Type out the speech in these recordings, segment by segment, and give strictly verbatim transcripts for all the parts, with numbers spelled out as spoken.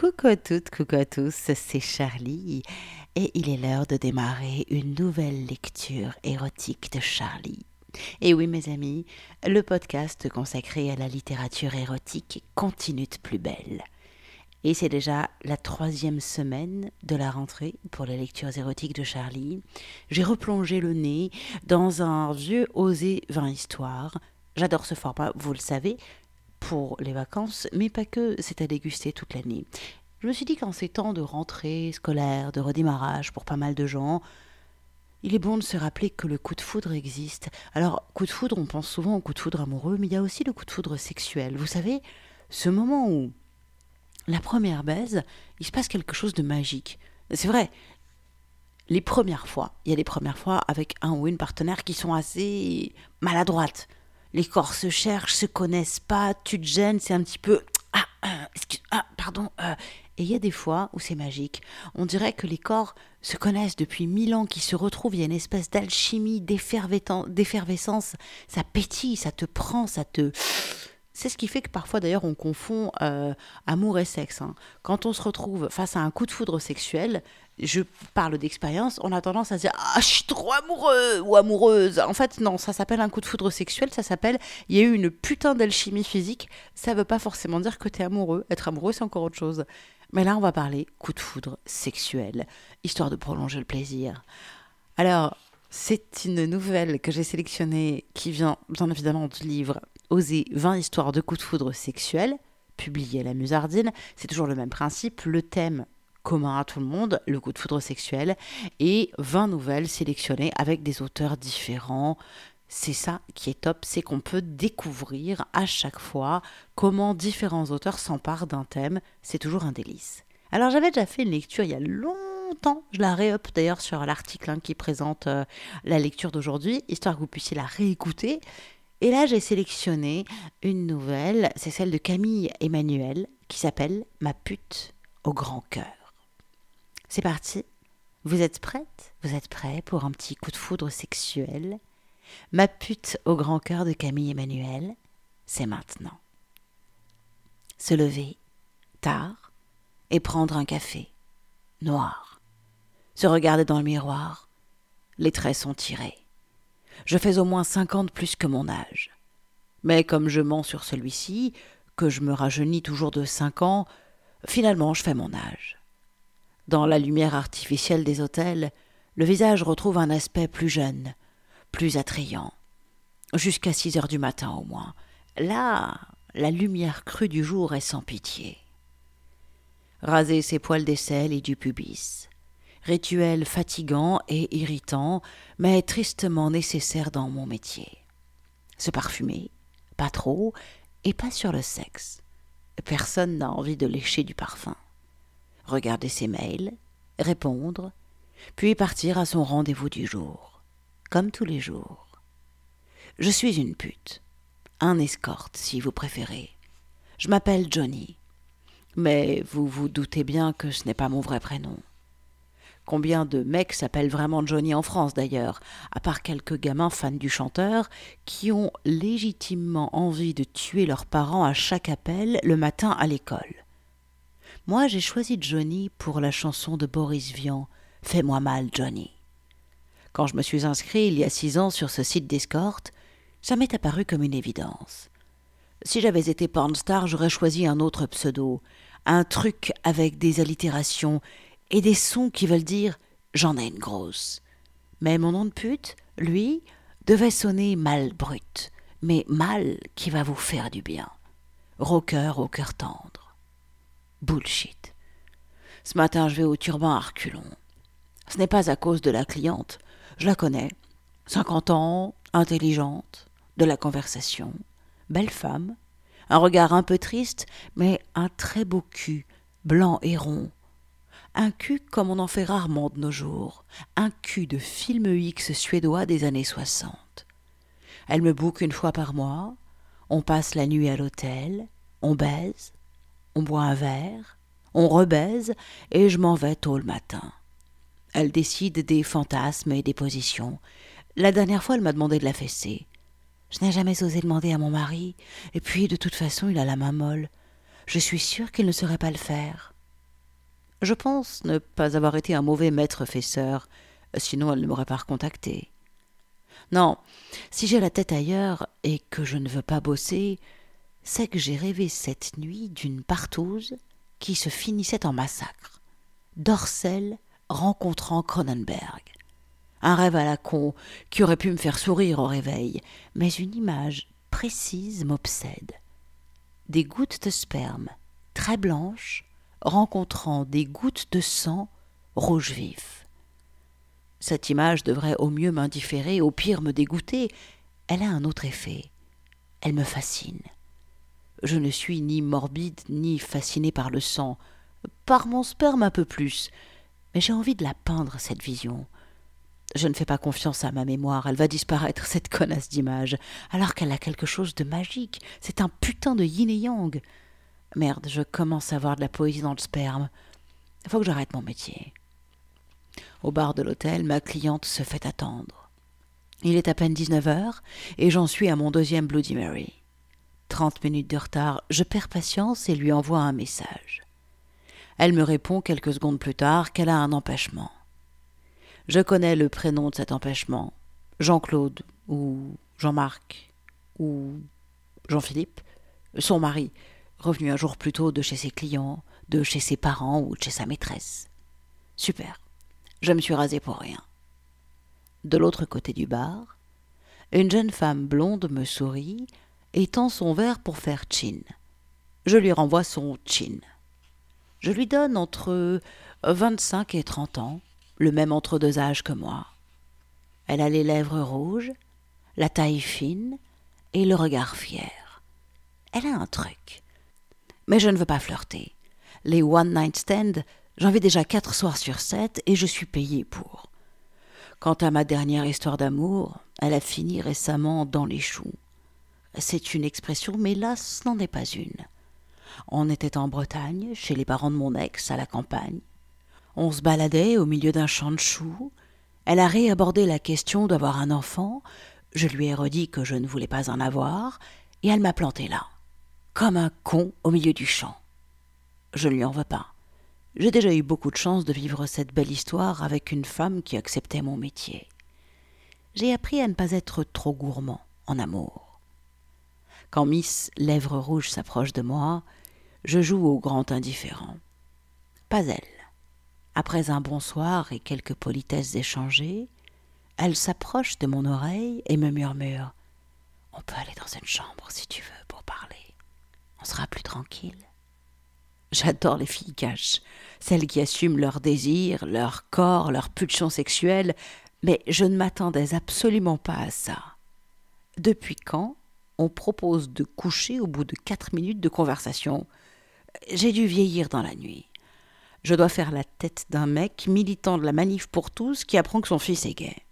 Coucou à toutes, coucou à tous, c'est Charlie et il est l'heure de démarrer une nouvelle lecture érotique de Charlie. Et oui mes amis, le podcast consacré à la littérature érotique continue de plus belle. Et c'est déjà la troisième semaine de la rentrée pour les lectures érotiques de Charlie. J'ai replongé le nez dans un vieux Osez vingt histoires. J'adore ce format, vous le savez, pour les vacances, mais pas que, c'est à déguster toute l'année. Je me suis dit qu'en ces temps de rentrée scolaire, de redémarrage pour pas mal de gens, il est bon de se rappeler que le coup de foudre existe. Alors, coup de foudre, on pense souvent au coup de foudre amoureux, mais il y a aussi le coup de foudre sexuel. Vous savez, ce moment où la première baise, il se passe quelque chose de magique. C'est vrai, les premières fois, il y a des premières fois avec un ou une partenaire qui sont assez maladroites. Les corps se cherchent, se connaissent pas, tu te gênes, c'est un petit peu... Ah, euh, excuse, ah pardon. Euh. Et il y a des fois où c'est magique. On dirait que les corps se connaissent depuis mille ans, qui se retrouvent, il y a une espèce d'alchimie, d'effervescence. Ça pétille, ça te prend, ça te... C'est ce qui fait que parfois d'ailleurs on confond euh, amour et sexe. Hein. Quand on se retrouve face à un coup de foudre sexuel, je parle d'expérience, on a tendance à se dire « Ah, je suis trop amoureux ou amoureuse !» En fait, non, ça s'appelle un coup de foudre sexuel, ça s'appelle « Il y a eu une putain d'alchimie physique ». Ça veut pas forcément dire que t'es amoureux. Être amoureux, c'est encore autre chose. Mais là, on va parler coup de foudre sexuel, histoire de prolonger le plaisir. Alors, c'est une nouvelle que j'ai sélectionnée qui vient bien évidemment du livre Osez vingt histoires de coups de foudre sexuels, publié à la Musardine. C'est toujours le même principe, le thème commun à tout le monde, le coup de foudre sexuel, et vingt nouvelles sélectionnées avec des auteurs différents. C'est ça qui est top, c'est qu'on peut découvrir à chaque fois comment différents auteurs s'emparent d'un thème. C'est toujours un délice. Alors j'avais déjà fait une lecture il y a longtemps, je la ré-up d'ailleurs sur l'article hein, qui présente euh, la lecture d'aujourd'hui, histoire que vous puissiez la réécouter. Et là, j'ai sélectionné une nouvelle, c'est celle de Camille Emmanuel, qui s'appelle « Ma pute au grand cœur ». C'est parti. Vous êtes prête ? Vous êtes prêts pour un petit coup de foudre sexuel ? Ma pute au grand cœur de Camille Emmanuel, c'est maintenant. Se lever, tard, et prendre un café, noir. Se regarder dans le miroir, les traits sont tirés. Je fais au moins cinquante plus que mon âge. Mais comme je mens sur celui-ci, que je me rajeunis toujours de cinq ans, finalement je fais mon âge. Dans la lumière artificielle des hôtels, le visage retrouve un aspect plus jeune, plus attrayant. Jusqu'à six heures du matin au moins. Là, la lumière crue du jour est sans pitié. Raser ses poils d'aisselle et du pubis. Rituel fatigant et irritant, mais tristement nécessaire dans mon métier. Se parfumer, pas trop, et pas sur le sexe. Personne n'a envie de lécher du parfum. Regarder ses mails, répondre, puis partir à son rendez-vous du jour, comme tous les jours. Je suis une pute, un escorte si vous préférez. Je m'appelle Johnny, mais vous vous doutez bien que ce n'est pas mon vrai prénom. Combien de mecs s'appellent vraiment Johnny en France d'ailleurs, à part quelques gamins fans du chanteur qui ont légitimement envie de tuer leurs parents à chaque appel le matin à l'école. Moi j'ai choisi Johnny pour la chanson de Boris Vian, « Fais-moi mal Johnny ». Quand je me suis inscrit il y a six ans sur ce site d'escorte, ça m'est apparu comme une évidence. Si j'avais été pornstar, j'aurais choisi un autre pseudo, un truc avec des allitérations et des sons qui veulent dire « j'en ai une grosse ». Mais mon nom de pute, lui, devait sonner mal brut, mais mal qui va vous faire du bien. Rocker au cœur tendre. Bullshit. Ce matin, je vais au turban à reculons. Ce n'est pas à cause de la cliente. Je la connais. cinquante ans, intelligente, de la conversation, belle femme, un regard un peu triste, mais un très beau cul, blanc et rond. Un cul comme on en fait rarement de nos jours, un cul de film X suédois des années soixante. Elle me bouque une fois par mois, on passe la nuit à l'hôtel, on baise, on boit un verre, on rebaise et je m'en vais tôt le matin. Elle décide des fantasmes et des positions. La dernière fois, elle m'a demandé de la fesser. Je n'ai jamais osé demander à mon mari, et puis de toute façon, il a la main molle. Je suis sûre qu'il ne saurait pas le faire. Je pense ne pas avoir été un mauvais maître-fesseur, sinon elle ne m'aurait pas recontacté. Non, si j'ai la tête ailleurs et que je ne veux pas bosser, c'est que j'ai rêvé cette nuit d'une partouze qui se finissait en massacre. Dorcel rencontrant Cronenberg. Un rêve à la con qui aurait pu me faire sourire au réveil, mais une image précise m'obsède. Des gouttes de sperme, très blanches, rencontrant des gouttes de sang rouge vif. Cette image devrait au mieux m'indifférer, au pire me dégoûter. Elle a un autre effet. Elle me fascine. Je ne suis ni morbide ni fasciné par le sang, par mon sperme un peu plus, mais j'ai envie de la peindre, cette vision. Je ne fais pas confiance à ma mémoire, elle va disparaître, cette connasse d'image, alors qu'elle a quelque chose de magique. C'est un putain de yin et yang. Merde, je commence à avoir de la poésie dans le sperme. Il faut que j'arrête mon métier. Au bar de l'hôtel, ma cliente se fait attendre. Il est à peine dix-neuf heures et j'en suis à mon deuxième Bloody Mary. Trente minutes de retard, je perds patience et lui envoie un message. Elle me répond quelques secondes plus tard qu'elle a un empêchement. Je connais le prénom de cet empêchement. Jean-Claude, ou Jean-Marc, ou Jean-Philippe, son mari, revenu un jour plus tôt de chez ses clients, de chez ses parents ou de chez sa maîtresse. Super, je me suis rasé pour rien. De l'autre côté du bar, une jeune femme blonde me sourit et tend son verre pour faire chin. Je lui renvoie son chin. Je lui donne entre vingt-cinq et trente ans, le même entre-deux âges que moi. Elle a les lèvres rouges, la taille fine et le regard fier. Elle a un truc. Mais je ne veux pas flirter. Les one-night stands, j'en vais déjà quatre soirs sur sept et je suis payée pour. Quant à ma dernière histoire d'amour, elle a fini récemment dans les choux. C'est une expression, mais là, ce n'en est pas une. On était en Bretagne, chez les parents de mon ex, à la campagne. On se baladait au milieu d'un champ de choux. Elle a réabordé la question d'avoir un enfant. Je lui ai redit que je ne voulais pas en avoir, et elle m'a planté là, comme un con au milieu du champ. Je ne lui en veux pas. J'ai déjà eu beaucoup de chance de vivre cette belle histoire avec une femme qui acceptait mon métier. J'ai appris à ne pas être trop gourmand en amour. Quand Miss Lèvres Rouges s'approche de moi, je joue au grand indifférent. Pas elle. Après un bonsoir et quelques politesses échangées, elle s'approche de mon oreille et me murmure « On peut aller dans une chambre si tu veux pour parler. On sera plus tranquille. » J'adore les filles caches, celles qui assument leurs désirs, leur corps, leur pulsion sexuelle, mais je ne m'attendais absolument pas à ça. Depuis quand on propose de coucher au bout de quatre minutes de conversation? J'ai dû vieillir dans la nuit. Je dois faire la tête d'un mec militant de la manif pour tous qui apprend que son fils est gay.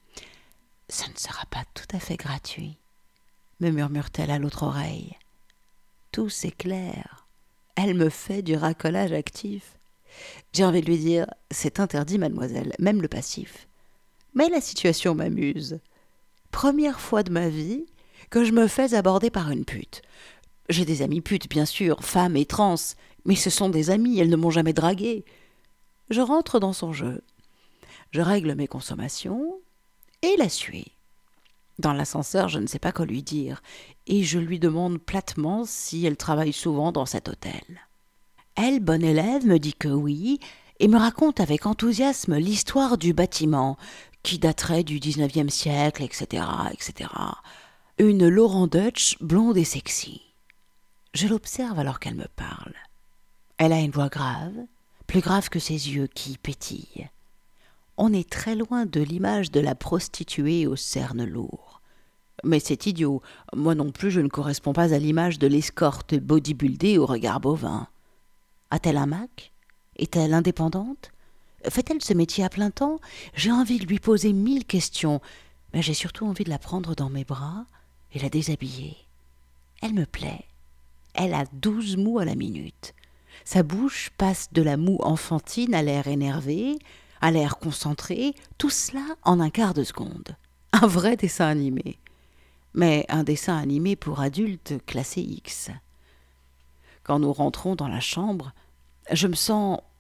« Ça ne sera pas tout à fait gratuit, » me murmure-t-elle à l'autre oreille. Tout s'éclaire. Elle me fait du racolage actif. J'ai envie de lui dire « C'est interdit, mademoiselle, même le passif. » Mais la situation m'amuse. Première fois de ma vie que je me fais aborder par une pute. J'ai des amies putes, bien sûr, femmes et trans, mais ce sont des amies, elles ne m'ont jamais draguée. Je rentre dans son jeu. Je règle mes consommations et la suis. Dans l'ascenseur, je ne sais pas quoi lui dire, et je lui demande platement si elle travaille souvent dans cet hôtel. Elle, bonne élève, me dit que oui, et me raconte avec enthousiasme l'histoire du bâtiment, qui daterait du dix-neuvième siècle, et cetera, et cetera. Une Laurent Dutch, blonde et sexy. Je l'observe alors qu'elle me parle. Elle a une voix grave, plus grave que ses yeux qui pétillent. On est très loin de l'image de la prostituée aux cernes lourds. Mais c'est idiot, moi non plus je ne corresponds pas à l'image de l'escorte bodybuildée au regard bovin. A-t-elle un Mac? Est-elle indépendante? Fait-elle ce métier à plein temps? J'ai envie de lui poser mille questions, mais j'ai surtout envie de la prendre dans mes bras et la déshabiller. Elle me plaît. Elle a douze mots à la minute. Sa bouche passe de la moue enfantine à l'air énervé, à l'air concentré, tout cela en un quart de seconde. Un vrai dessin animé. Mais un dessin animé pour adultes classé X. Quand nous rentrons dans la chambre, je me sens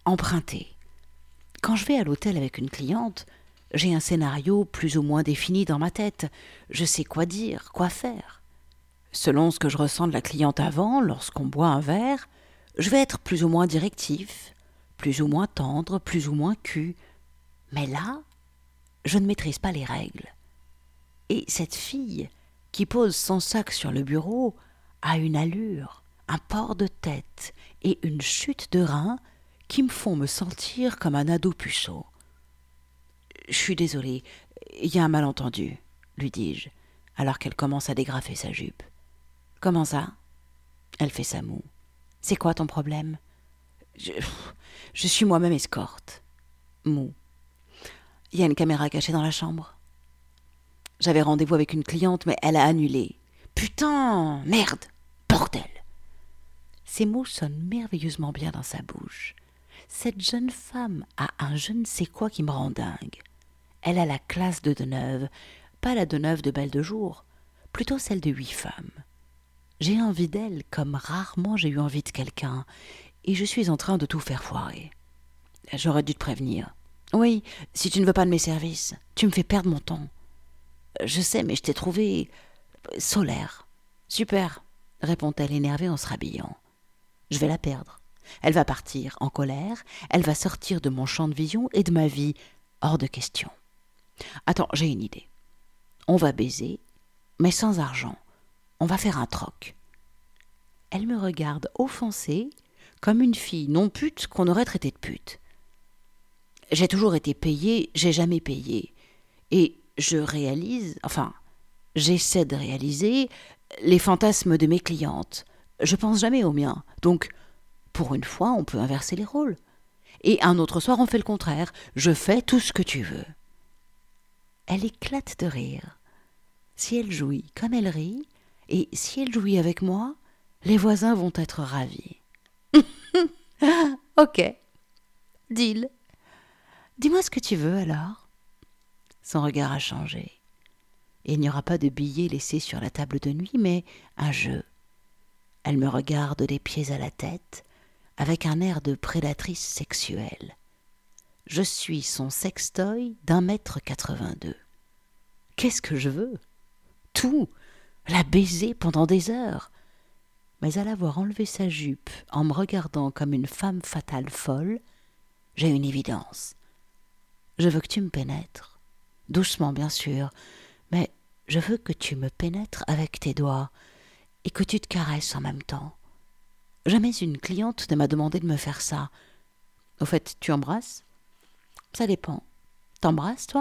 emprunté. Quand je vais à l'hôtel avec une cliente, j'ai un scénario plus ou moins défini dans ma tête. Je sais quoi dire, quoi faire. Selon ce que je ressens de la cliente avant, lorsqu'on boit un verre, je vais être plus ou moins directif, plus ou moins tendre, plus ou moins cul. Mais là, je ne maîtrise pas les règles. Et cette fille qui pose son sac sur le bureau a une allure, un port de tête et une chute de rein qui me font me sentir comme un ado puceau. « Je suis désolée, il y a un malentendu, » lui dis-je, alors qu'elle commence à dégrafer sa jupe. « Comment ça ?» Elle fait sa moue. « C'est quoi ton problème ?»« Je, je suis moi-même escorte. » Moue. « Il y a une caméra cachée dans la chambre ?» J'avais rendez-vous avec une cliente, mais elle a annulé. « Putain, merde, bordel !» Ces mots sonnent merveilleusement bien dans sa bouche. Cette jeune femme a un je ne sais quoi qui me rend dingue. Elle a la classe de Deneuve, pas la Deneuve de Belle de Jour, plutôt celle de huit femmes. J'ai envie d'elle comme rarement j'ai eu envie de quelqu'un, et je suis en train de tout faire foirer. J'aurais dû te prévenir. Oui, si tu ne veux pas de mes services, tu me fais perdre mon temps. Je sais, mais je t'ai trouvé solaire. Super, répond-elle énervée en se rhabillant. Je vais la perdre. Elle va partir en colère, elle va sortir de mon champ de vision et de ma vie. Hors de question. Attends, j'ai une idée. On va baiser, mais sans argent. On va faire un troc. Elle me regarde offensée, comme une fille non pute qu'on aurait traitée de pute. J'ai toujours été payée, j'ai jamais payé. Et je réalise, enfin, j'essaie de réaliser les fantasmes de mes clientes. Je pense jamais aux miens. Donc, pour une fois, on peut inverser les rôles. Et un autre soir, on fait le contraire. Je fais tout ce que tu veux. Elle éclate de rire. Si elle jouit comme elle rit, et si elle jouit avec moi, les voisins vont être ravis. Ok, deal. Dis-moi ce que tu veux alors. Son regard a changé. Et il n'y aura pas de billets laissés sur la table de nuit, mais un jeu. Elle me regarde des pieds à la tête, avec un air de prédatrice sexuelle. Je suis son sextoy d'un mètre quatre-vingt-deux. Qu'est-ce que je veux ? Tout, la baiser pendant des heures. Mais à la voir enlever sa jupe en me regardant comme une femme fatale folle, j'ai une évidence. Je veux que tu me pénètres, doucement bien sûr, mais je veux que tu me pénètres avec tes doigts et que tu te caresses en même temps. Jamais une cliente ne m'a demandé de me faire ça. Au fait, tu embrasses ? Ça dépend. T'embrasses, toi ?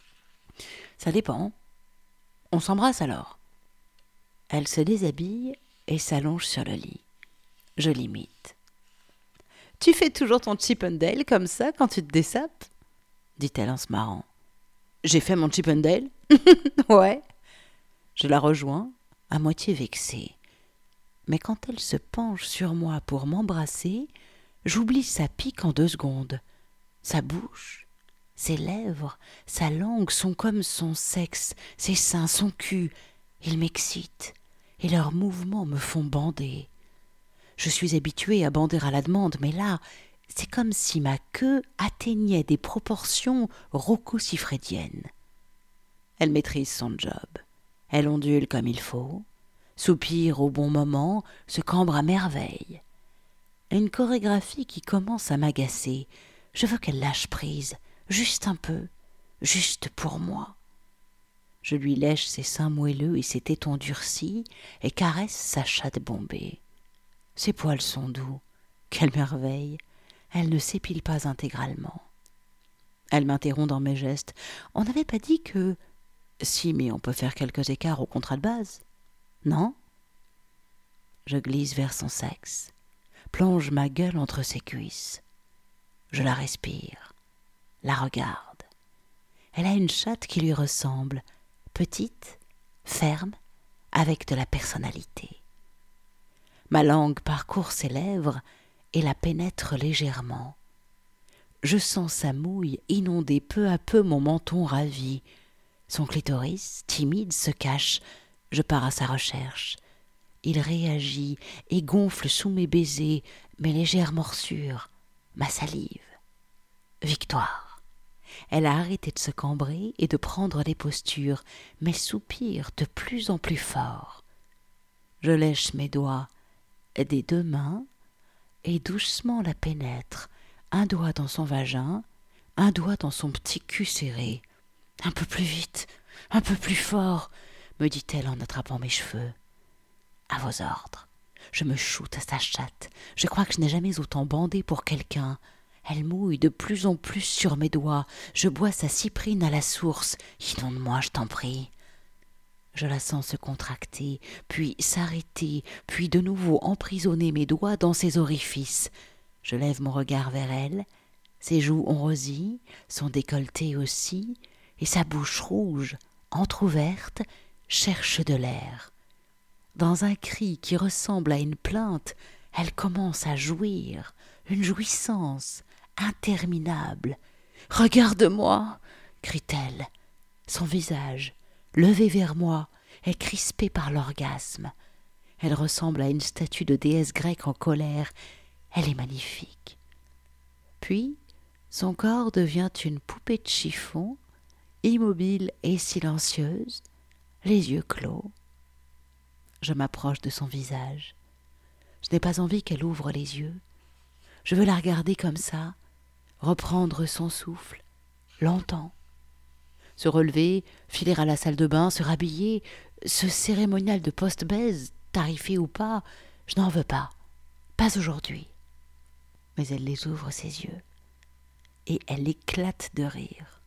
Ça dépend. On s'embrasse alors. Elle se déshabille et s'allonge sur le lit. Je l'imite. Tu fais toujours ton Chip 'n' Dale comme ça quand tu te dessapes ? Dit-elle en se marrant. J'ai fait mon Chip 'n' Dale ? Ouais. Je la rejoins, à moitié vexée. Mais quand elle se penche sur moi pour m'embrasser, j'oublie sa pique en deux secondes. Sa bouche, ses lèvres, sa langue sont comme son sexe, ses seins, son cul. Ils m'excitent, et leurs mouvements me font bander. Je suis habituée à bander à la demande, mais là, c'est comme si ma queue atteignait des proportions rocco-siffrediennes. Elle maîtrise son job. Elle ondule comme il faut, soupire au bon moment, se cambre à merveille. Une chorégraphie qui commence à m'agacer. Je veux qu'elle lâche prise, juste un peu, juste pour moi. Je lui lèche ses seins moelleux et ses tétons durcis et caresse sa chatte bombée. Ses poils sont doux. Quelle merveille! Elle ne s'épile pas intégralement. Elle m'interrompt dans mes gestes. On n'avait pas dit que... Si, mais on peut faire quelques écarts au contrat de base. Non ? Je glisse vers son sexe, plonge ma gueule entre ses cuisses. Je la respire, la regarde. Elle a une chatte qui lui ressemble, petite, ferme, avec de la personnalité. Ma langue parcourt ses lèvres et la pénètre légèrement. Je sens sa mouille inonder peu à peu mon menton ravi. Son clitoris, timide, se cache. Je pars à sa recherche. Il réagit et gonfle sous mes baisers, mes légères morsures. ma salive. Victoire. Elle a arrêté de se cambrer et de prendre des postures, mais soupire de plus en plus fort. Je lèche mes doigts des deux mains et doucement la pénètre, un doigt dans son vagin, un doigt dans son petit cul serré. « Un peu plus vite, un peu plus fort !» me dit-elle en attrapant mes cheveux. « À vos ordres. » Je me shoote à sa chatte. Je crois que je n'ai jamais autant bandé pour quelqu'un. Elle mouille de plus en plus sur mes doigts. Je bois sa cyprine à la source. Inonde-moi, je t'en prie. Je la sens se contracter, puis s'arrêter, puis de nouveau emprisonner mes doigts dans ses orifices. Je lève mon regard vers elle. Ses joues ont rosi, son décolleté aussi, et sa bouche rouge, entr'ouverte, cherche de l'air. Dans un cri qui ressemble à une plainte, elle commence à jouir, une jouissance interminable. « Regarde-moi !» crie-t-elle. Son visage, levé vers moi, est crispé par l'orgasme. Elle ressemble à une statue de déesse grecque en colère. Elle est magnifique. Puis, son corps devient une poupée de chiffon, immobile et silencieuse, les yeux clos. Je m'approche de son visage. Je n'ai pas envie qu'elle ouvre les yeux. Je veux la regarder comme ça, reprendre son souffle, longtemps. Se relever, filer à la salle de bain, se rhabiller, ce cérémonial de post-baise, tarifé ou pas, je n'en veux pas. Pas aujourd'hui. Mais elle les ouvre ses yeux. Et elle éclate de rire.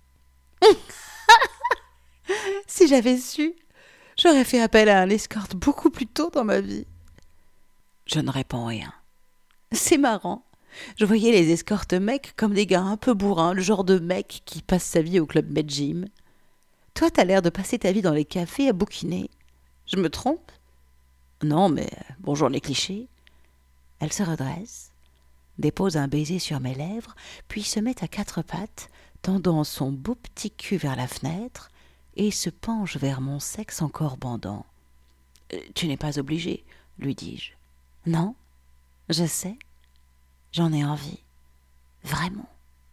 Si j'avais su, j'aurais fait appel à un escorte beaucoup plus tôt dans ma vie. Je ne réponds rien. C'est marrant. Je voyais les escortes mecs comme des gars un peu bourrins, le genre de mec qui passe sa vie au club Med Gym. Toi, t'as l'air de passer ta vie dans les cafés à bouquiner. Je me trompe ? Non, mais bonjour les clichés. Elle se redresse, dépose un baiser sur mes lèvres, puis se met à quatre pattes, tendant son beau petit cul vers la fenêtre, et se penche vers mon sexe encore bandant. « Tu n'es pas obligé, lui dis-je. »« Non, je sais. J'en ai envie. Vraiment. »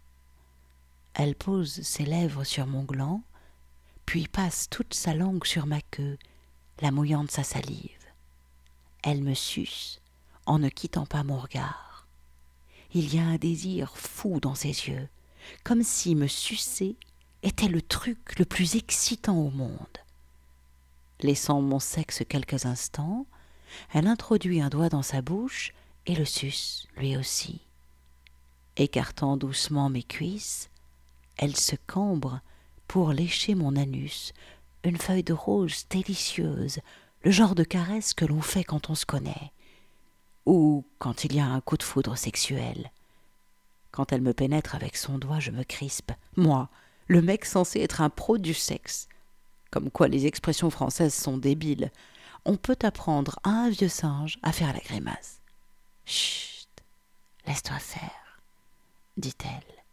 Elle pose ses lèvres sur mon gland, puis passe toute sa langue sur ma queue, la mouillant de sa salive. Elle me suce, en ne quittant pas mon regard. Il y a un désir fou dans ses yeux, comme si me sucer était le truc le plus excitant au monde. Laissant mon sexe quelques instants, elle introduit un doigt dans sa bouche et le suce, lui aussi. Écartant doucement mes cuisses, elle se cambre pour lécher mon anus, une feuille de rose délicieuse, le genre de caresse que l'on fait quand on se connaît, ou quand il y a un coup de foudre sexuel. Quand elle me pénètre avec son doigt, je me crispe. Moi, le mec censé être un pro du sexe. Comme quoi les expressions françaises sont débiles. On peut apprendre à un vieux singe à faire la grimace. « Chut, laisse-toi faire, » dit-elle.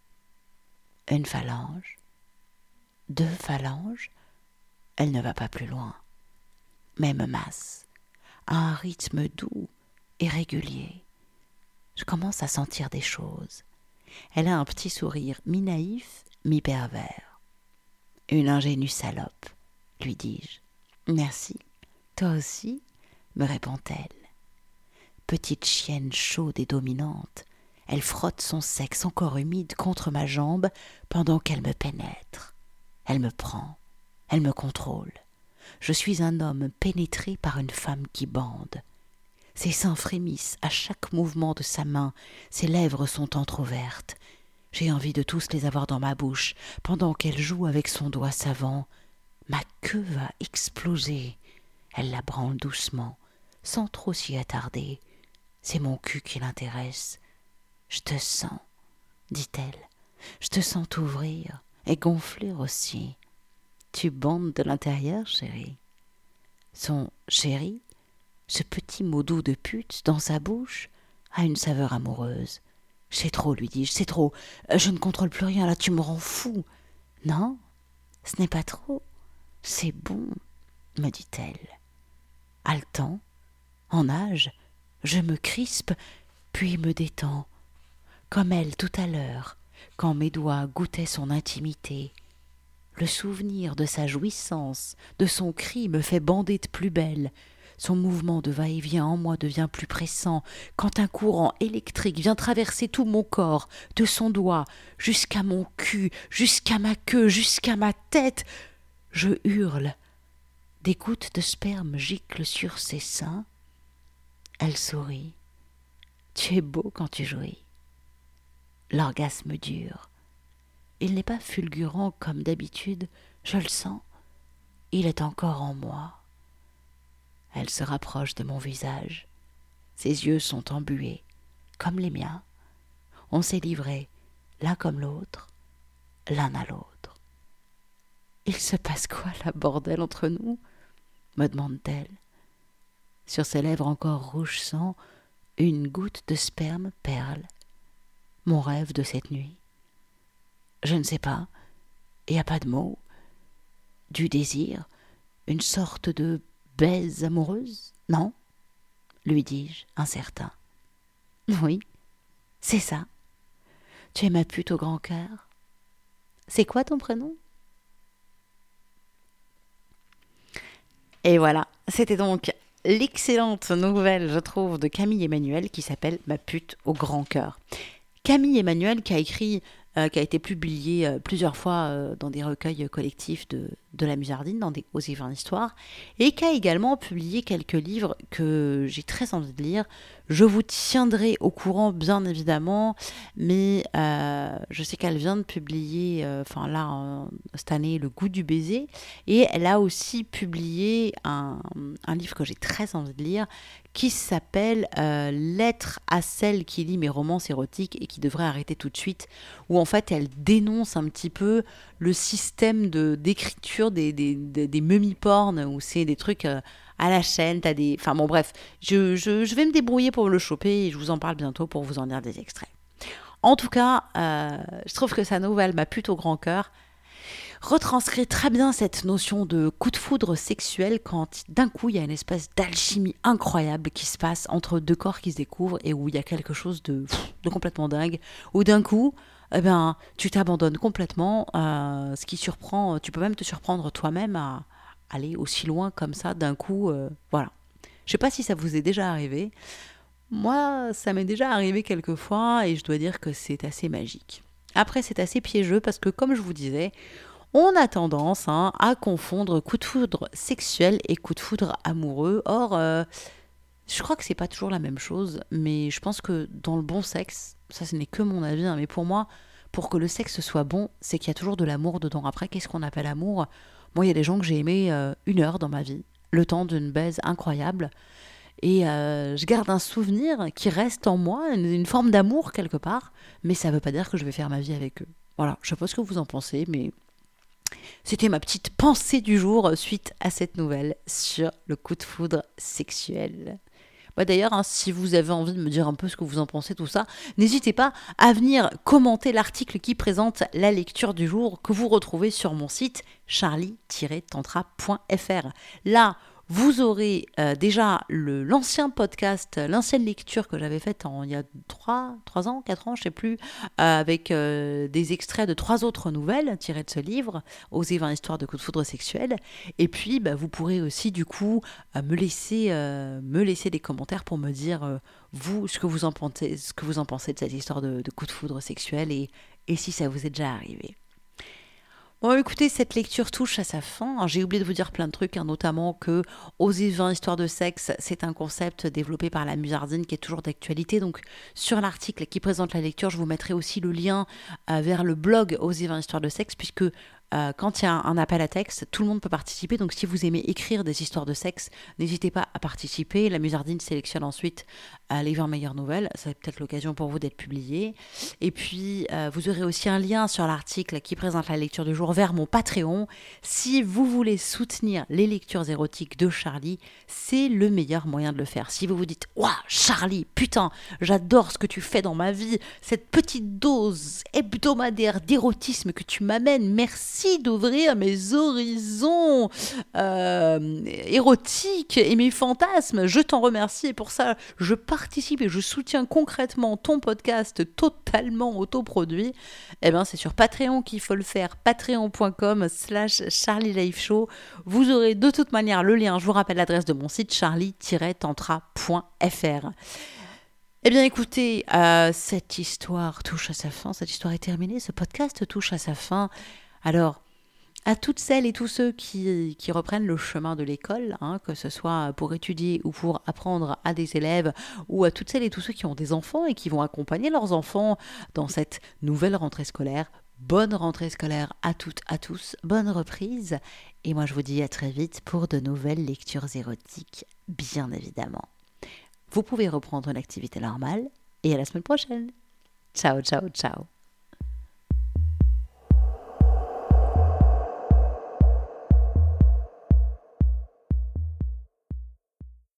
Une phalange, deux phalanges, elle ne va pas plus loin, mais me masse, à un rythme doux et régulier. Je commence à sentir des choses. Elle a un petit sourire mi-naïf, mi-pervers. « Une ingénue salope, » lui dis-je. « Merci, toi aussi, » me répond-elle. Petite chienne chaude et dominante, elle frotte son sexe encore humide contre ma jambe pendant qu'elle me pénètre. Elle me prend, elle me contrôle. Je suis un homme pénétré par une femme qui bande. Ses seins frémissent à chaque mouvement de sa main, ses lèvres sont entr'ouvertes. J'ai envie de tous les avoir dans ma bouche, pendant qu'elle joue avec son doigt savant. Ma queue va exploser. Elle la branle doucement, sans trop s'y attarder. C'est mon cul qui l'intéresse. « Je te sens, » dit-elle. « Je te sens t'ouvrir et gonfler aussi. Tu bandes de l'intérieur, chérie. » Son « chérie », ce petit mot doux de pute dans sa bouche, a une saveur amoureuse. « C'est trop, lui dis-je, c'est trop. Je ne contrôle plus rien, là, tu me rends fou. »« Non, ce n'est pas trop. C'est bon, » me dit-elle. Haletant, en nage, je me crispe, puis me détends. comme elle tout à l'heure, quand mes doigts goûtaient son intimité. Le souvenir de sa jouissance, de son cri me fait bander de plus belle. Son mouvement de va-et-vient en moi devient plus pressant, quand un courant électrique vient traverser tout mon corps, de son doigt, jusqu'à mon cul, jusqu'à ma queue, jusqu'à ma tête. Je hurle. Des gouttes de sperme giclent sur ses seins. Elle sourit. Tu es beau quand tu jouis. L'orgasme dure. Il n'est pas fulgurant comme d'habitude, je le sens. Il est encore en moi. Elle se rapproche de mon visage. Ses yeux sont embués, comme les miens. On s'est livrés, l'un comme l'autre, l'un à l'autre. Il se passe quoi, la bordel, entre nous ? Me demande-t-elle. Sur ses lèvres encore rouge sang, une goutte de sperme perle. Mon rêve de cette nuit. Je ne sais pas, il n'y a pas de mots. Du désir, une sorte de baise amoureuse, non ? Lui dis-je, incertain. Oui, c'est ça. Tu es ma pute au grand cœur. C'est quoi ton prénom ? Et voilà, c'était donc l'excellente nouvelle, je trouve, de Camille Emmanuel qui s'appelle Ma pute au grand cœur. Camille Emmanuel qui a écrit, euh, qui a été publié euh, plusieurs fois euh, dans des recueils collectifs de, de la Musardine, dans des Oser vingt histoires, et qui a également publié quelques livres que j'ai très envie de lire. Je vous tiendrai au courant, bien évidemment, mais euh, je sais qu'elle vient de publier, enfin euh, là, euh, cette année, Le goût du baiser, et elle a aussi publié un, un livre que j'ai très envie de lire, qui s'appelle euh, « Lettre à celle qui lit mes romances érotiques et qui devrait arrêter tout de suite », où en fait elle dénonce un petit peu le système de, d'écriture des, des, des, des mummy-porn, où c'est des trucs euh, à la chaîne, t'as des... Enfin bon bref, je, je, je vais me débrouiller pour le choper et je vous en parle bientôt pour vous en dire des extraits. En tout cas, euh, je trouve que sa nouvelle m'a plutôt grand cœur. Retranscrit très bien cette notion de coup de foudre sexuel quand d'un coup il y a une espèce d'alchimie incroyable qui se passe entre deux corps qui se découvrent et où il y a quelque chose de, de complètement dingue, où d'un coup eh ben, tu t'abandonnes complètement, euh, ce qui surprend, tu peux même te surprendre toi-même à aller aussi loin comme ça d'un coup, euh, voilà. Je sais pas si ça vous est déjà arrivé, moi ça m'est déjà arrivé quelques fois et je dois dire que c'est assez magique. Après c'est assez piégeux parce que comme je vous disais, on a tendance hein, à confondre coup de foudre sexuel et coup de foudre amoureux. Or, euh, je crois que c'est pas toujours la même chose, mais je pense que dans le bon sexe, ça ce n'est que mon avis, hein, mais pour moi, pour que le sexe soit bon, c'est qu'il y a toujours de l'amour dedans. Après, qu'est-ce qu'on appelle amour ? Moi, il y a des gens que j'ai aimés euh, une heure dans ma vie, le temps d'une baise incroyable, et euh, je garde un souvenir qui reste en moi, une, une forme d'amour quelque part, mais ça veut pas dire que je vais faire ma vie avec eux. Voilà, je sais pas ce que vous en pensez, mais... C'était ma petite pensée du jour suite à cette nouvelle sur le coup de foudre sexuel. Bah d'ailleurs, hein, si vous avez envie de me dire un peu ce que vous en pensez, tout ça, n'hésitez pas à venir commenter l'article qui présente la lecture du jour que vous retrouvez sur mon site charlie tiret tantra point f r. Là, vous aurez euh, déjà le, l'ancien podcast, l'ancienne lecture que j'avais faite en, il y a trois ans, quatre ans, je ne sais plus, euh, avec euh, des extraits de trois autres nouvelles tirées de ce livre, Oser vingt histoires de coups de foudre sexuels. Et puis, bah, vous pourrez aussi, du coup, euh, me, laisser, euh, me laisser des commentaires pour me dire, euh, vous, ce que vous en pensez, ce que vous en pensez de cette histoire de, de coups de foudre sexuels et, et si ça vous est déjà arrivé. Bon, écoutez, cette lecture touche à sa fin. J'ai oublié de vous dire plein de trucs, hein, notamment que Oser vingt histoires de sexe, c'est un concept développé par la Musardine qui est toujours d'actualité. Donc, sur l'article qui présente la lecture, je vous mettrai aussi le lien euh, vers le blog Oser vingt histoires de sexe, puisque euh, quand il y a un, un appel à texte, tout le monde peut participer. Donc, si vous aimez écrire des histoires de sexe, n'hésitez pas à participer. La Musardine sélectionne ensuite euh, les vingt meilleures nouvelles. Ça va peut-être l'occasion pour vous d'être publié. Et puis, euh, vous aurez aussi un lien sur l'article qui présente la lecture du jour vers mon Patreon. Si vous voulez soutenir les lectures érotiques de Charlie, c'est le meilleur moyen de le faire. Si vous vous dites « Waouh, Charlie, putain, j'adore ce que tu fais dans ma vie, cette petite dose hebdomadaire d'érotisme que tu m'amènes, merci !» remercie d'ouvrir mes horizons euh, érotiques et mes fantasmes. Je t'en remercie et pour ça, je participe et je soutiens concrètement ton podcast totalement autoproduit. Eh bien, c'est sur Patreon qu'il faut le faire, patreon.com slash Charlie Life Show. Vous aurez de toute manière le lien, je vous rappelle l'adresse de mon site charlie tiret tantra point f r. Eh bien écoutez, euh, cette histoire touche à sa fin, cette histoire est terminée, ce podcast touche à sa fin. Alors, à toutes celles et tous ceux qui, qui reprennent le chemin de l'école, hein, que ce soit pour étudier ou pour apprendre à des élèves, ou à toutes celles et tous ceux qui ont des enfants et qui vont accompagner leurs enfants dans cette nouvelle rentrée scolaire, bonne rentrée scolaire à toutes, à tous, bonne reprise. Et moi je vous dis à très vite pour de nouvelles lectures érotiques, bien évidemment. Vous pouvez reprendre l'activité normale et à la semaine prochaine. Ciao, ciao, ciao.